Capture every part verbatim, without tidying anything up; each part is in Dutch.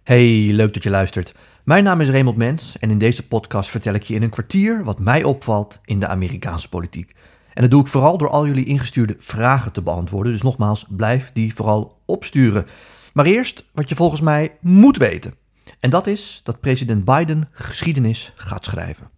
Hey, leuk dat je luistert. Mijn naam is Raymond Mens en in deze podcast vertel ik je in een kwartier wat mij opvalt in de Amerikaanse politiek. En dat doe ik vooral door al jullie ingestuurde vragen te beantwoorden. Dus nogmaals, blijf die vooral opsturen. Maar eerst wat je volgens mij moet weten. En dat is dat president Biden geschiedenis gaat schrijven.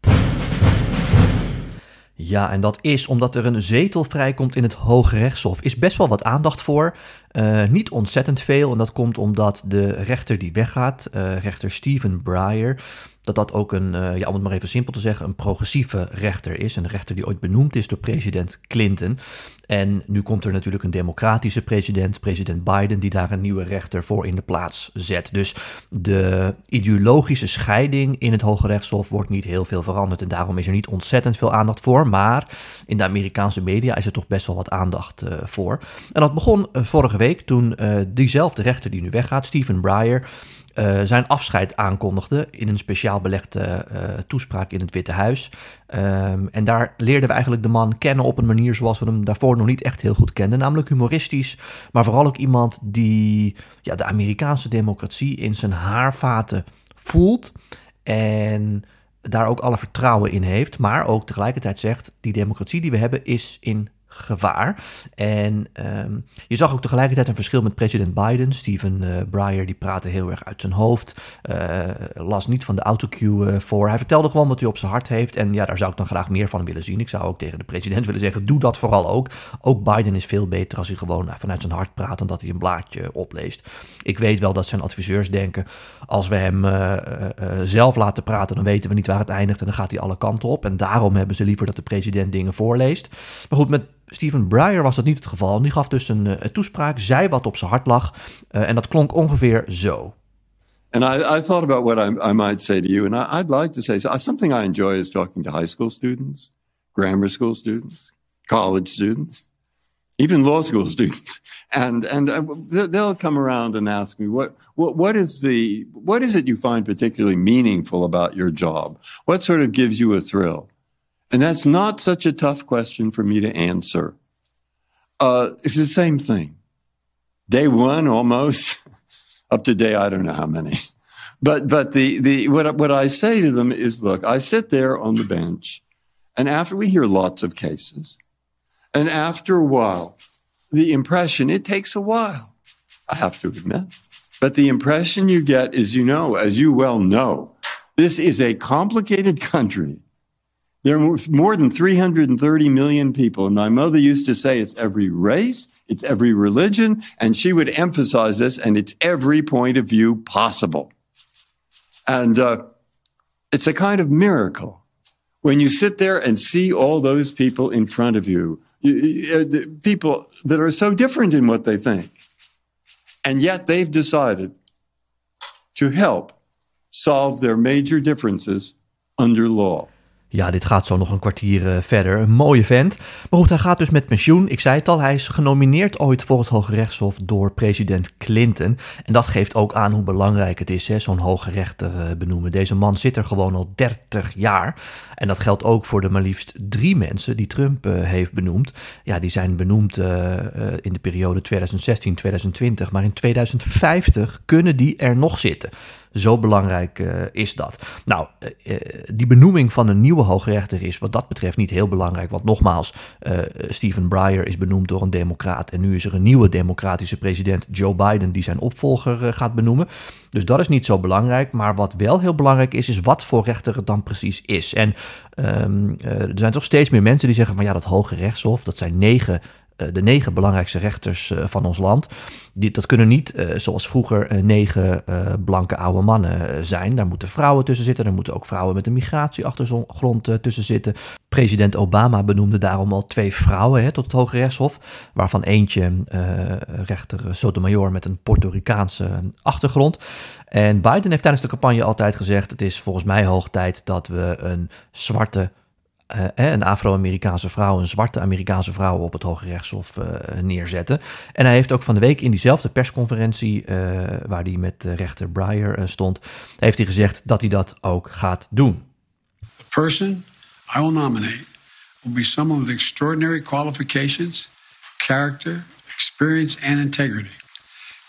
Ja, en dat is omdat er een zetel vrijkomt in het Hoge Rechtshof. Is best wel wat aandacht voor. Uh, niet ontzettend veel. En dat komt omdat de rechter die weggaat, uh, rechter Stephen Breyer, dat dat ook een, uh, ja, om het maar even simpel te zeggen, een progressieve rechter is. Een rechter die ooit benoemd is door president Clinton. En nu komt er natuurlijk een democratische president, president Biden, die daar een nieuwe rechter voor in de plaats zet. Dus de ideologische scheiding in het Hoge Rechtshof wordt niet heel veel veranderd. En daarom is er niet ontzettend veel aandacht voor. Maar in de Amerikaanse media is er toch best wel wat aandacht uh, voor. En dat begon uh, vorige week toen uh, diezelfde rechter die nu weggaat, Stephen Breyer, Uh, zijn afscheid aankondigde in een speciaal belegde uh, toespraak in het Witte Huis. Um, en daar leerden we eigenlijk de man kennen op een manier zoals we hem daarvoor nog niet echt heel goed kenden. Namelijk humoristisch, maar vooral ook iemand die ja, de Amerikaanse democratie in zijn haarvaten voelt en daar ook alle vertrouwen in heeft. Maar ook tegelijkertijd zegt, die democratie die we hebben is in gevaar. En um, je zag ook tegelijkertijd een verschil met president Biden. Stephen uh, Breyer, die praatte heel erg uit zijn hoofd. Uh, las niet van de autocue uh, voor. Hij vertelde gewoon wat hij op zijn hart heeft. En ja, daar zou ik dan graag meer van willen zien. Ik zou ook tegen de president willen zeggen, doe dat vooral ook. Ook Biden is veel beter als hij gewoon uh, vanuit zijn hart praat dan dat hij een blaadje opleest. Ik weet wel dat zijn adviseurs denken, als we hem uh, uh, uh, zelf laten praten, dan weten we niet waar het eindigt en dan gaat hij alle kanten op. En daarom hebben ze liever dat de president dingen voorleest. Maar goed, met Stephen Breyer was dat niet het geval. Die gaf dus een, een toespraak, zei wat op zijn hart lag. Uh, en dat klonk ongeveer zo. And I, I thought about what I, I might say to you. And I, I'd like to say so, something I enjoy is talking to high school students, grammar school students, college students, even law school students. And and they'll come around and ask me, what, what, what, is the, what is it you find particularly meaningful about your job? What sort of gives you a thrill? And that's not such a tough question for me to answer. Uh, it's the same thing. Day one, almost, up to day I don't know how many. But but the the what what I say to them is, look, I sit there on the bench, and after we hear lots of cases, and after a while, the impression, it takes a while, I have to admit, but the impression you get is, you know, as you well know, this is a complicated country. There are more than three hundred thirty million people. And my mother used to say it's every race, it's every religion, and she would emphasize this, and it's every point of view possible. And uh, it's a kind of miracle when you sit there and see all those people in front of you, you, you the people that are so different in what they think. And yet they've decided to help solve their major differences under law. Ja, dit gaat zo nog een kwartier uh, verder. Een mooie vent. Maar goed, hij gaat dus met pensioen. Ik zei het al, hij is genomineerd ooit voor het Hoge Rechtshof door president Clinton. En dat geeft ook aan hoe belangrijk het is, hè, zo'n hoge rechter uh, benoemen. Deze man zit er gewoon al dertig jaar. En dat geldt ook voor de maar liefst drie mensen die Trump uh, heeft benoemd. Ja, die zijn benoemd uh, uh, in de periode twintig zestien tot twintig twintig. Maar in twintig vijftig kunnen die er nog zitten. Zo belangrijk uh, is dat. Nou, uh, die benoeming van een nieuwe hoogrechter is wat dat betreft niet heel belangrijk. Want nogmaals, uh, Stephen Breyer is benoemd door een democraat. En nu is er een nieuwe democratische president, Joe Biden, die zijn opvolger uh, gaat benoemen. Dus dat is niet zo belangrijk. Maar wat wel heel belangrijk is, is wat voor rechter het dan precies is. En um, uh, er zijn toch steeds meer mensen die zeggen van ja, dat Hoge Rechtshof, dat zijn negen de negen belangrijkste rechters uh, van ons land. Die, dat kunnen niet, uh, zoals vroeger, uh, negen uh, blanke oude mannen uh, zijn. Daar moeten vrouwen tussen zitten. Daar moeten ook vrouwen met een migratieachtergrond uh, tussen zitten. President Obama benoemde daarom al twee vrouwen hè, tot het Hoge Rechtshof. Waarvan eentje uh, rechter Sotomayor met een Puerto Ricaanse achtergrond. En Biden heeft tijdens de campagne altijd gezegd, het is volgens mij hoog tijd dat we een zwarte Uh, een Afro-Amerikaanse vrouw, een zwarte Amerikaanse vrouw op het Hoge Rechtshof uh, neerzetten. En hij heeft ook van de week in diezelfde persconferentie, uh, waar hij met uh, rechter Breyer uh, stond, heeft hij gezegd dat hij dat ook gaat doen. The person I will nominate will be someone with extraordinary qualifications, character, experience and integrity.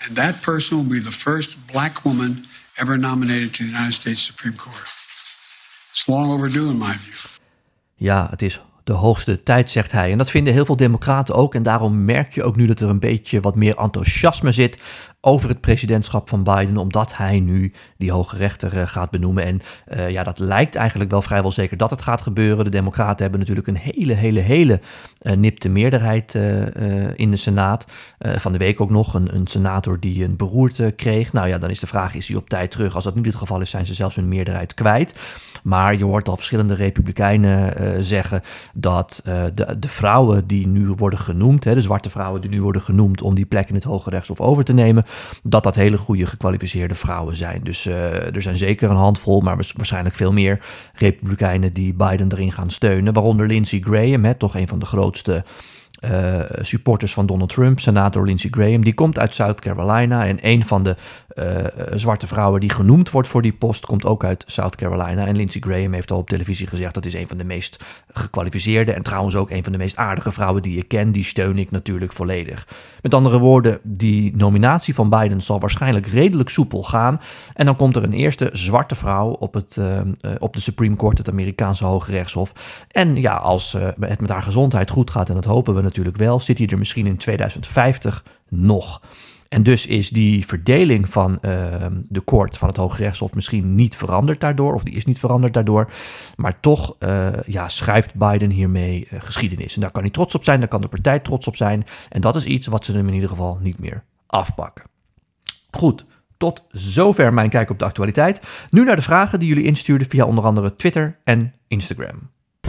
And that person will be the first black woman ever nominated to the United States Supreme Court. It's long overdue in my view. Ja, het is de hoogste tijd, zegt hij. En dat vinden heel veel democraten ook. En daarom merk je ook nu dat er een beetje wat meer enthousiasme zit over het presidentschap van Biden, omdat hij nu die hoge rechter uh, gaat benoemen. En uh, ja, dat lijkt eigenlijk wel vrijwel zeker dat het gaat gebeuren. De democraten hebben natuurlijk een hele, hele, hele uh, nipte meerderheid uh, uh, in de Senaat. Uh, van de week ook nog een, een senator die een beroerte kreeg. Nou ja, dan is de vraag, is hij op tijd terug? Als dat nu het geval is, zijn ze zelfs hun meerderheid kwijt. Maar je hoort al verschillende republikeinen uh, zeggen dat uh, de, de vrouwen die nu worden genoemd, hè, de zwarte vrouwen die nu worden genoemd om die plek in het Hoge Rechtshof over te nemen, dat dat hele goede gekwalificeerde vrouwen zijn. Dus uh, er zijn zeker een handvol, maar waarschijnlijk veel meer republikeinen die Biden erin gaan steunen. Waaronder Lindsey Graham, hè, toch een van de grootste Uh, supporters van Donald Trump, senator Lindsey Graham. Die komt uit South Carolina en een van de uh, zwarte vrouwen die genoemd wordt voor die post komt ook uit South Carolina. En Lindsey Graham heeft al op televisie gezegd dat is een van de meest gekwalificeerde en trouwens ook een van de meest aardige vrouwen die ik ken. Die steun ik natuurlijk volledig. Met andere woorden, die nominatie van Biden zal waarschijnlijk redelijk soepel gaan. En dan komt er een eerste zwarte vrouw op, het, uh, uh, op de Supreme Court, het Amerikaanse Hoge Rechtshof. En ja, als uh, het met haar gezondheid goed gaat, en dat hopen we natuurlijk wel, zit hij er misschien in tweeduizend vijftig nog. En dus is die verdeling van uh, de court van het Hoge Rechtshof misschien niet veranderd daardoor, of die is niet veranderd daardoor, maar toch uh, ja, schrijft Biden hiermee uh, geschiedenis. En daar kan hij trots op zijn, daar kan de partij trots op zijn. En dat is iets wat ze hem in ieder geval niet meer afpakken. Goed, tot zover mijn kijk op de actualiteit. Nu naar de vragen die jullie instuurden via onder andere Twitter en Instagram.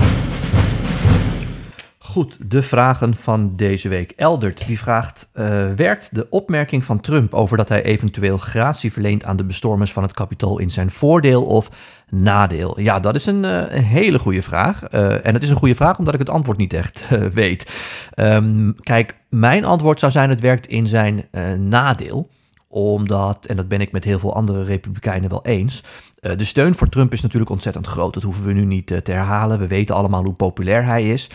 Goed, de vragen van deze week. Eldert, die vraagt, uh, werkt de opmerking van Trump over dat hij eventueel gratie verleent aan de bestormers van het Capitool in zijn voordeel of nadeel? Ja, dat is een, uh, een hele goede vraag. Uh, en het is een goede vraag omdat ik het antwoord niet echt uh, weet. Um, kijk, mijn antwoord zou zijn, het werkt in zijn uh, nadeel. Omdat, en dat ben ik met heel veel andere republikeinen wel eens, uh, de steun voor Trump is natuurlijk ontzettend groot. Dat hoeven we nu niet uh, te herhalen. We weten allemaal hoe populair hij is.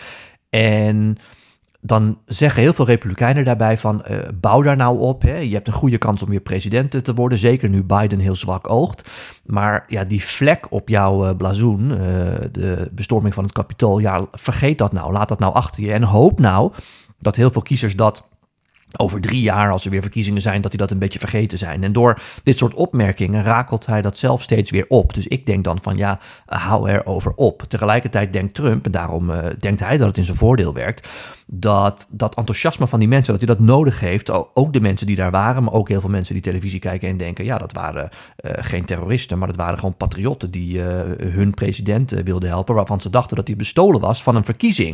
En dan zeggen heel veel republikeinen daarbij van, uh, bouw daar nou op. Hè? Je hebt een goede kans om weer president te worden. Zeker nu Biden heel zwak oogt. Maar ja, die vlek op jouw uh, blazoen, uh, de bestorming van het Capitool, ja, vergeet dat nou. Laat dat nou achter je. En hoop nou dat heel veel kiezers dat over drie jaar, als er weer verkiezingen zijn, dat die dat een beetje vergeten zijn. En door dit soort opmerkingen rakelt hij dat zelf steeds weer op. Dus ik denk dan van, ja, hou erover op. Tegelijkertijd denkt Trump, en daarom uh, denkt hij dat het in zijn voordeel werkt, dat dat enthousiasme van die mensen, dat hij dat nodig heeft. Ook de mensen die daar waren, maar ook heel veel mensen die televisie kijken en denken, ja, dat waren uh, geen terroristen, maar dat waren gewoon patriotten die uh, hun president uh, wilden helpen, waarvan ze dachten dat hij bestolen was van een verkiezing.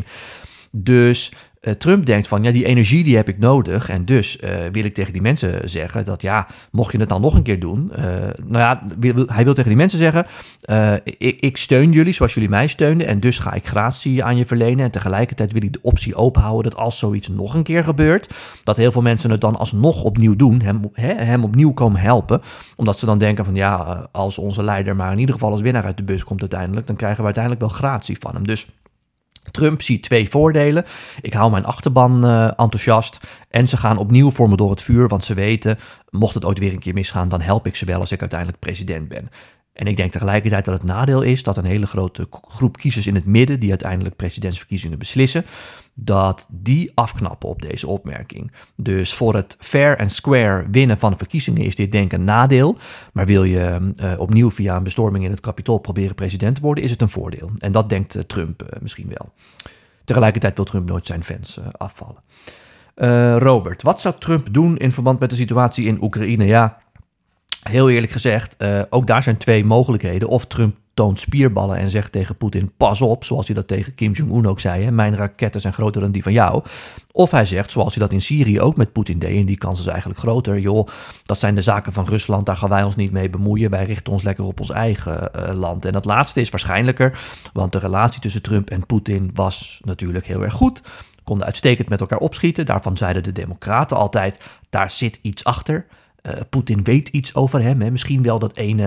Dus Uh, Trump denkt van, ja, die energie die heb ik nodig. En dus uh, wil ik tegen die mensen zeggen dat, ja, mocht je het dan nog een keer doen. Uh, nou ja, wil, wil, hij wil tegen die mensen zeggen, uh, ik, ik steun jullie zoals jullie mij steunden. En dus ga ik gratie aan je verlenen. En tegelijkertijd wil ik de optie openhouden dat als zoiets nog een keer gebeurt, dat heel veel mensen het dan alsnog opnieuw doen. Hem, he, hem opnieuw komen helpen. Omdat ze dan denken van, ja, als onze leider maar in ieder geval als winnaar uit de bus komt uiteindelijk, dan krijgen we uiteindelijk wel gratie van hem. Dus Trump ziet twee voordelen. Ik hou mijn achterban uh, enthousiast en ze gaan opnieuw voor me door het vuur, want ze weten, mocht het ooit weer een keer misgaan, dan help ik ze wel als ik uiteindelijk president ben. En ik denk tegelijkertijd dat het nadeel is dat een hele grote groep kiezers in het midden, die uiteindelijk presidentsverkiezingen beslissen, dat die afknappen op deze opmerking. Dus voor het fair en square winnen van de verkiezingen is dit denk ik een nadeel. Maar wil je uh, opnieuw via een bestorming in het Capitool proberen president te worden, is het een voordeel. En dat denkt uh, Trump uh, misschien wel. Tegelijkertijd wil Trump nooit zijn fans uh, afvallen. Uh, Robert, wat zou Trump doen in verband met de situatie in Oekraïne? Ja, heel eerlijk gezegd, uh, ook daar zijn twee mogelijkheden. Of Trump toont spierballen en zegt tegen Poetin, pas op, zoals hij dat tegen Kim Jong-un ook zei, hè, mijn raketten zijn groter dan die van jou. Of hij zegt, zoals hij dat in Syrië ook met Poetin deed, en die kans is eigenlijk groter, joh, dat zijn de zaken van Rusland, daar gaan wij ons niet mee bemoeien, wij richten ons lekker op ons eigen uh, land. En dat laatste is waarschijnlijker, want de relatie tussen Trump en Poetin was natuurlijk heel erg goed, konden uitstekend met elkaar opschieten, daarvan zeiden de democraten altijd, daar zit iets achter. Uh, Poetin weet iets over hem. Hè? Misschien wel dat ene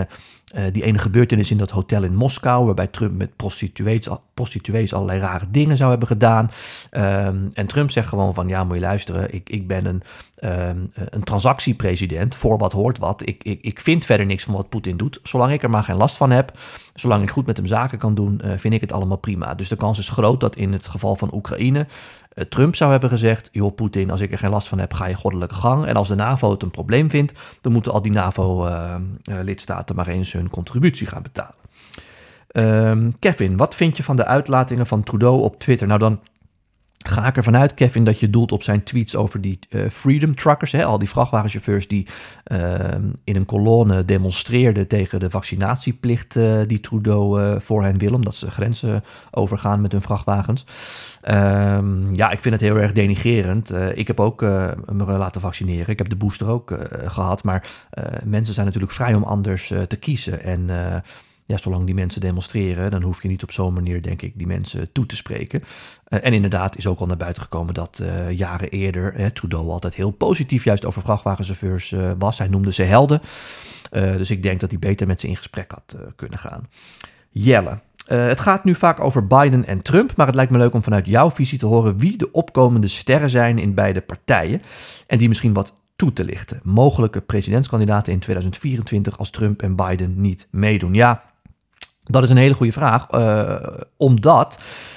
Uh, die ene gebeurtenis in dat hotel in Moskou, waarbij Trump met prostituees, prostituees allerlei rare dingen zou hebben gedaan. Um, en Trump zegt gewoon van, ja, moet je luisteren, ik, ik ben een, um, een transactiepresident, voor wat hoort wat. Ik, ik, ik vind verder niks van wat Poetin doet. Zolang ik er maar geen last van heb, zolang ik goed met hem zaken kan doen, uh, vind ik het allemaal prima. Dus de kans is groot dat in het geval van Oekraïne uh, Trump zou hebben gezegd, joh Poetin, als ik er geen last van heb, ga je goddelijke gang. En als de NAVO het een probleem vindt, dan moeten al die NAVO-lidstaten uh, uh, maar eens hun contributie gaan betalen. Um, Kevin, wat vind je van de uitlatingen van Trudeau op Twitter? Nou, dan ga ik ervan uit, Kevin, dat je doelt op zijn tweets over die uh, Freedom Truckers, hè, al die vrachtwagenchauffeurs die uh, in een kolonne demonstreerden tegen de vaccinatieplicht uh, die Trudeau uh, voor hen wil, omdat ze grenzen overgaan met hun vrachtwagens. Um, ja, ik vind het heel erg denigrerend. Uh, ik heb ook uh, me laten vaccineren. Ik heb de booster ook uh, gehad, maar uh, mensen zijn natuurlijk vrij om anders uh, te kiezen. En uh, ja, zolang die mensen demonstreren, dan hoef je niet op zo'n manier, denk ik, die mensen toe te spreken. Uh, en inderdaad is ook al naar buiten gekomen dat uh, jaren eerder uh, Trudeau altijd heel positief juist over vrachtwagenchauffeurs uh, was. Hij noemde ze helden. Uh, dus ik denk dat hij beter met ze in gesprek had uh, kunnen gaan. Jelle. Uh, het gaat nu vaak over Biden en Trump, maar het lijkt me leuk om vanuit jouw visie te horen wie de opkomende sterren zijn in beide partijen en die misschien wat toe te lichten. Mogelijke presidentskandidaten in tweeduizend vierentwintig als Trump en Biden niet meedoen. Ja, dat is een hele goede vraag, uh, omdat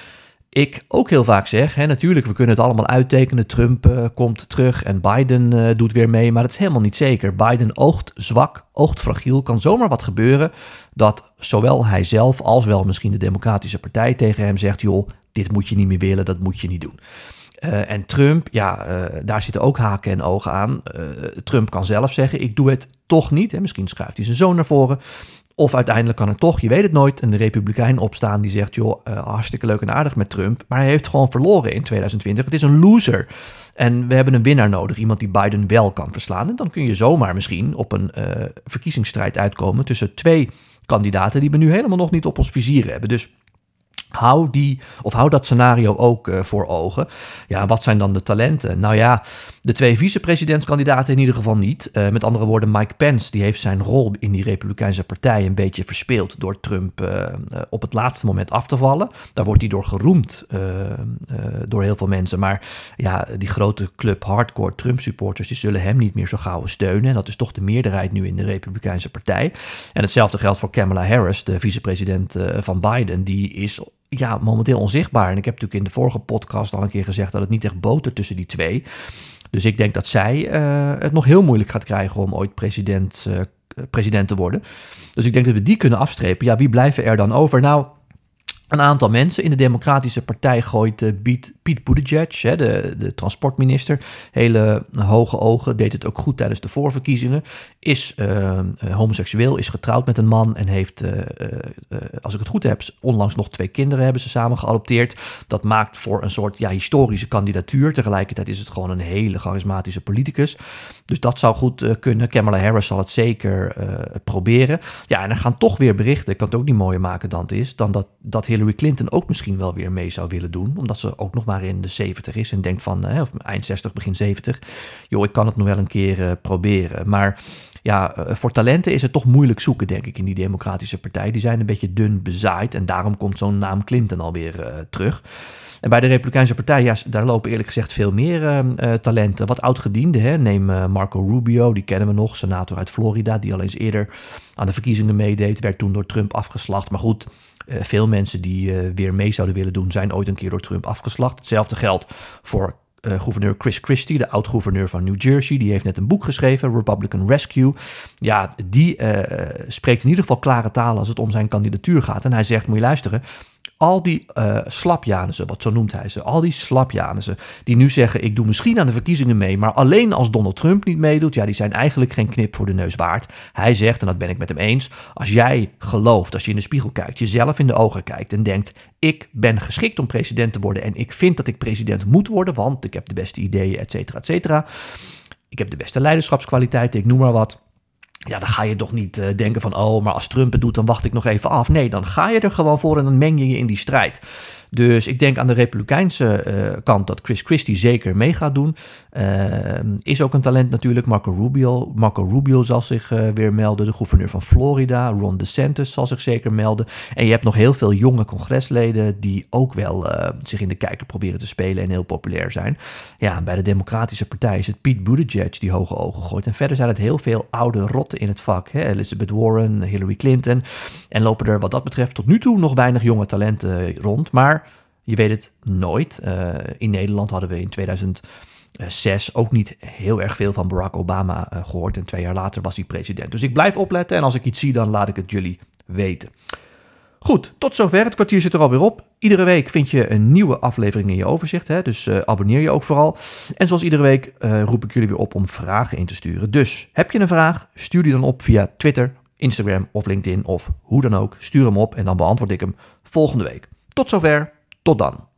ik ook heel vaak zeg, hè, natuurlijk, we kunnen het allemaal uittekenen. Trump uh, komt terug en Biden uh, doet weer mee, maar dat is helemaal niet zeker. Biden oogt zwak, oogt fragiel, kan zomaar wat gebeuren dat zowel hij zelf als wel misschien de Democratische Partij tegen hem zegt, joh, dit moet je niet meer willen, dat moet je niet doen. Uh, en Trump, ja, uh, daar zitten ook haken en ogen aan. Uh, Trump kan zelf zeggen, ik doe het toch niet. Hè. Misschien schuift hij zijn zoon naar voren. Of uiteindelijk kan er toch, je weet het nooit, een republikein opstaan die zegt, joh, uh, hartstikke leuk en aardig met Trump, maar hij heeft gewoon verloren in tweeduizend twintig. Het is een loser. En we hebben een winnaar nodig, iemand die Biden wel kan verslaan. En dan kun je zomaar misschien op een uh, verkiezingsstrijd uitkomen tussen twee kandidaten die we nu helemaal nog niet op ons vizier hebben. Dus hou, die, of hou dat scenario ook uh, voor ogen. Ja, wat zijn dan de talenten? Nou ja, de twee vicepresidentskandidaten in ieder geval niet. Uh, met andere woorden, Mike Pence, die heeft zijn rol in die Republikeinse partij een beetje verspeeld door Trump uh, uh, op het laatste moment af te vallen. Daar wordt hij door geroemd uh, uh, door heel veel mensen. Maar ja, die grote club hardcore Trump-supporters, die zullen hem niet meer zo gauw steunen. En dat is toch de meerderheid nu in de Republikeinse partij. En hetzelfde geldt voor Kamala Harris, de vicepresident uh, van Biden. Die is ja, momenteel onzichtbaar. En ik heb natuurlijk in de vorige podcast al een keer gezegd dat het niet echt botert tussen die twee. Dus ik denk dat zij uh, het nog heel moeilijk gaat krijgen om ooit president, uh, president te worden. Dus ik denk dat we die kunnen afstrepen. Ja, wie blijven er dan over? Nou, een aantal mensen in de Democratische Partij gooit uh, Pete, Pete Buttigieg, hè, de, de transportminister, hele hoge ogen, deed het ook goed tijdens de voorverkiezingen, is uh, uh, homoseksueel, is getrouwd met een man en heeft, uh, uh, uh, als ik het goed heb, onlangs nog twee kinderen hebben ze samen geadopteerd. Dat maakt voor een soort ja, historische kandidatuur. Tegelijkertijd is het gewoon een hele charismatische politicus. Dus dat zou goed uh, kunnen. Kamala Harris zal het zeker uh, proberen. Ja, en er gaan toch weer berichten, ik kan het ook niet mooier maken dan het is, dan dat, dat Hillary Clinton ook misschien wel weer mee zou willen doen, omdat ze ook nog maar in de zeventig is en denkt van, uh, of eind zestig, begin zeventig, joh, ik kan het nog wel een keer uh, proberen. Maar ja, uh, voor talenten is het toch moeilijk zoeken, denk ik, in die Democratische Partij. Die zijn een beetje dun bezaaid en daarom komt zo'n naam Clinton alweer uh, terug. En bij de Republikeinse Partij, ja, daar lopen eerlijk gezegd veel meer uh, uh, talenten. Wat oudgedienden, hè? Neem uh, Marco Rubio, die kennen we nog, senator uit Florida, die al eens eerder aan de verkiezingen meedeed, werd toen door Trump afgeslacht. Maar goed, uh, veel mensen die uh, weer mee zouden willen doen, zijn ooit een keer door Trump afgeslacht. Hetzelfde geldt voor Uh, gouverneur Chris Christie, de oud-gouverneur van New Jersey. Die heeft net een boek geschreven, Republican Rescue. Ja, die uh, spreekt in ieder geval klare taal als het om zijn kandidatuur gaat. En hij zegt, moet je luisteren, al die uh, slapjanissen, wat zo noemt hij ze, al die slapjanissen die nu zeggen, ik doe misschien aan de verkiezingen mee, maar alleen als Donald Trump niet meedoet, ja, die zijn eigenlijk geen knip voor de neus waard. Hij zegt, en dat ben ik met hem eens, als jij gelooft, als je in de spiegel kijkt, jezelf in de ogen kijkt en denkt, ik ben geschikt om president te worden en ik vind dat ik president moet worden, want ik heb de beste ideeën, et cetera, et cetera. Ik heb de beste leiderschapskwaliteiten, ik noem maar wat. Ja, dan ga je toch niet uh, denken van, oh, maar als Trump het doet, dan wacht ik nog even af. Nee, dan ga je er gewoon voor en dan meng je je in die strijd. Dus ik denk aan de Republikeinse uh, kant dat Chris Christie zeker mee gaat doen. Uh, is ook een talent natuurlijk. Marco Rubio, Marco Rubio zal zich uh, weer melden. De gouverneur van Florida, Ron DeSantis, zal zich zeker melden. En je hebt nog heel veel jonge congresleden die ook wel uh, zich in de kijker proberen te spelen en heel populair zijn. Ja, bij de Democratische Partij is het Pete Buttigieg die hoge ogen gooit. En verder zijn het heel veel oude rotten in het vak. Hè? Elizabeth Warren, Hillary Clinton. En lopen er wat dat betreft tot nu toe nog weinig jonge talenten rond. Maar je weet het nooit. Uh, in Nederland hadden we in tweeduizend zes ook niet heel erg veel van Barack Obama uh, gehoord. En twee jaar later was hij president. Dus ik blijf opletten en als ik iets zie, dan laat ik het jullie weten. Goed, tot zover. Het kwartier zit er alweer op. Iedere week vind je een nieuwe aflevering in je overzicht. Hè? Dus uh, abonneer je ook vooral. En zoals iedere week uh, roep ik jullie weer op om vragen in te sturen. Dus heb je een vraag? Stuur die dan op via Twitter, Instagram of LinkedIn of hoe dan ook. Stuur hem op en dan beantwoord ik hem volgende week. Tot zover. Tot dan.